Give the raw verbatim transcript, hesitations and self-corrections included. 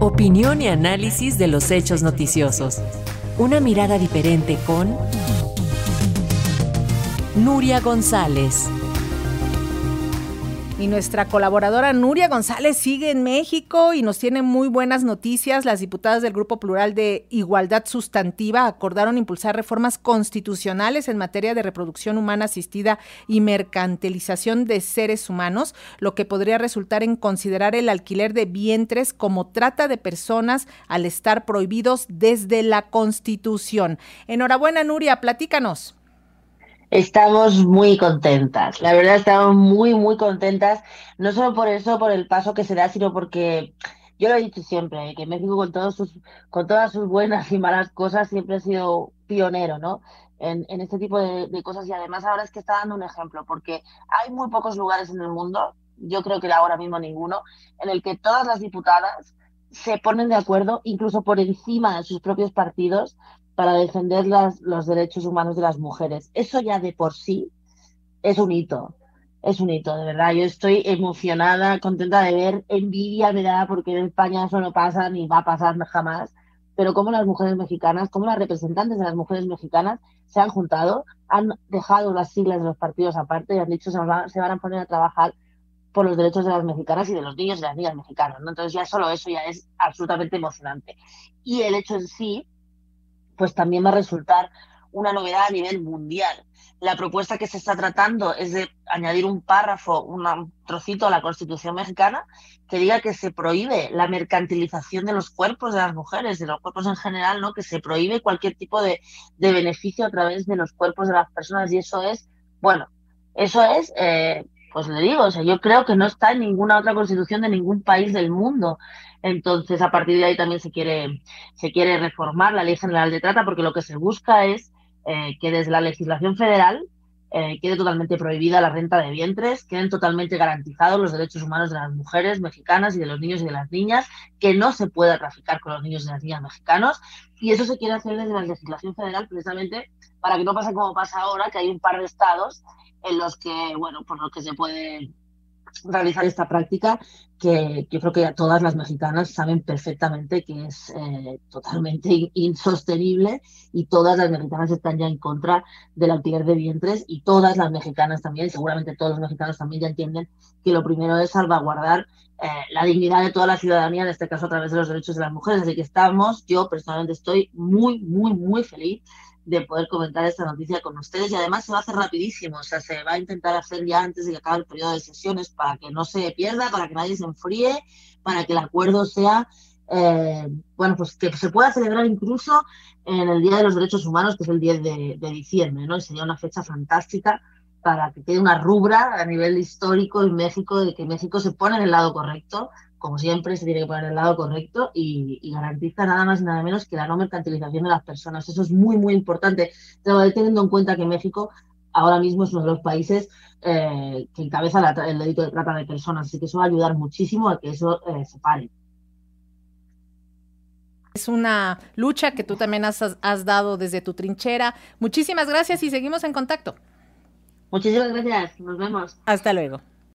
Opinión y análisis de los hechos noticiosos. Una mirada diferente con Nuria González. Y nuestra colaboradora Nuria González sigue en México y nos tiene muy buenas noticias. Las diputadas del Grupo Plural de Igualdad Sustantiva acordaron impulsar reformas constitucionales en materia de reproducción humana asistida y mercantilización de seres humanos, lo que podría resultar en considerar el alquiler de vientres como trata de personas al estar prohibidos desde la Constitución. Enhorabuena, Nuria, platícanos. Estamos muy contentas, la verdad estamos muy, muy contentas, no solo por eso, por el paso que se da, sino porque yo lo he dicho siempre, ¿eh? Que México con todos sus, con todas sus buenas y malas cosas siempre ha sido pionero, ¿no? En, en este tipo de, de cosas, y además ahora es que está dando un ejemplo, porque hay muy pocos lugares en el mundo, yo creo que ahora mismo ninguno, en el que todas las diputadas se ponen de acuerdo, incluso por encima de sus propios partidos, para defender las, los derechos humanos de las mujeres. Eso ya de por sí es un hito, es un hito, de verdad. Yo estoy emocionada, contenta de ver, envidia me da, porque en España eso no pasa ni va a pasar jamás, pero cómo las mujeres mexicanas, cómo las representantes de las mujeres mexicanas se han juntado, han dejado las siglas de los partidos aparte y han dicho que se van, se van a poner a trabajar por los derechos de las mexicanas y de los niños y las niñas mexicanas, ¿no? Entonces ya solo eso ya es absolutamente emocionante. Y el hecho en sí, pues también va a resultar una novedad a nivel mundial. La propuesta que se está tratando es de añadir un párrafo, un trocito a la Constitución mexicana que diga que se prohíbe la mercantilización de los cuerpos de las mujeres, de los cuerpos en general, ¿no? Que se prohíbe cualquier tipo de, de beneficio a través de los cuerpos de las personas, y eso es, bueno, eso es, eh, pues le digo, o sea, yo creo que no está en ninguna otra constitución de ningún país del mundo. Entonces, a partir de ahí también se quiere, se quiere reformar la Ley General de Trata, porque lo que se busca es eh, que desde la legislación federal eh, quede totalmente prohibida la renta de vientres, queden totalmente garantizados los derechos humanos de las mujeres mexicanas y de los niños y de las niñas, que no se pueda traficar con los niños y las niñas mexicanos, y eso se quiere hacer desde la legislación federal precisamente para que no pase como pasa ahora, que hay un par de estados en los que, bueno, por los que se puede realizar esta práctica, que yo creo que todas las mexicanas saben perfectamente que es eh, totalmente insostenible, y todas las mexicanas están ya en contra del alquiler de vientres, y todas las mexicanas también, seguramente todos los mexicanos también ya entienden que lo primero es salvaguardar eh, la dignidad de toda la ciudadanía, en este caso a través de los derechos de las mujeres. Así que estamos, yo personalmente estoy muy, muy, muy feliz de poder comentar esta noticia con ustedes, y además se va a hacer rapidísimo, o sea, se va a intentar hacer ya antes de que acabe el periodo de sesiones, para que no se pierda, para que nadie se enfríe, para que el acuerdo sea, eh, bueno, pues que se pueda celebrar incluso en el Día de los Derechos Humanos, que es el diez de, de diciembre, ¿no? Y sería una fecha fantástica para que quede una rubra a nivel histórico en México, de que México se pone en el lado correcto, como siempre se tiene que poner en el lado correcto, y, y garantiza nada más y nada menos que la no mercantilización de las personas. Eso es muy, muy importante, teniendo en cuenta que México ahora mismo es uno de los países eh, que encabeza la, el delito de trata de personas, así que eso va a ayudar muchísimo a que eso eh, se pare. Es una lucha que tú también has, has dado desde tu trinchera. Muchísimas gracias y seguimos en contacto. Muchísimas gracias, nos vemos. Hasta luego.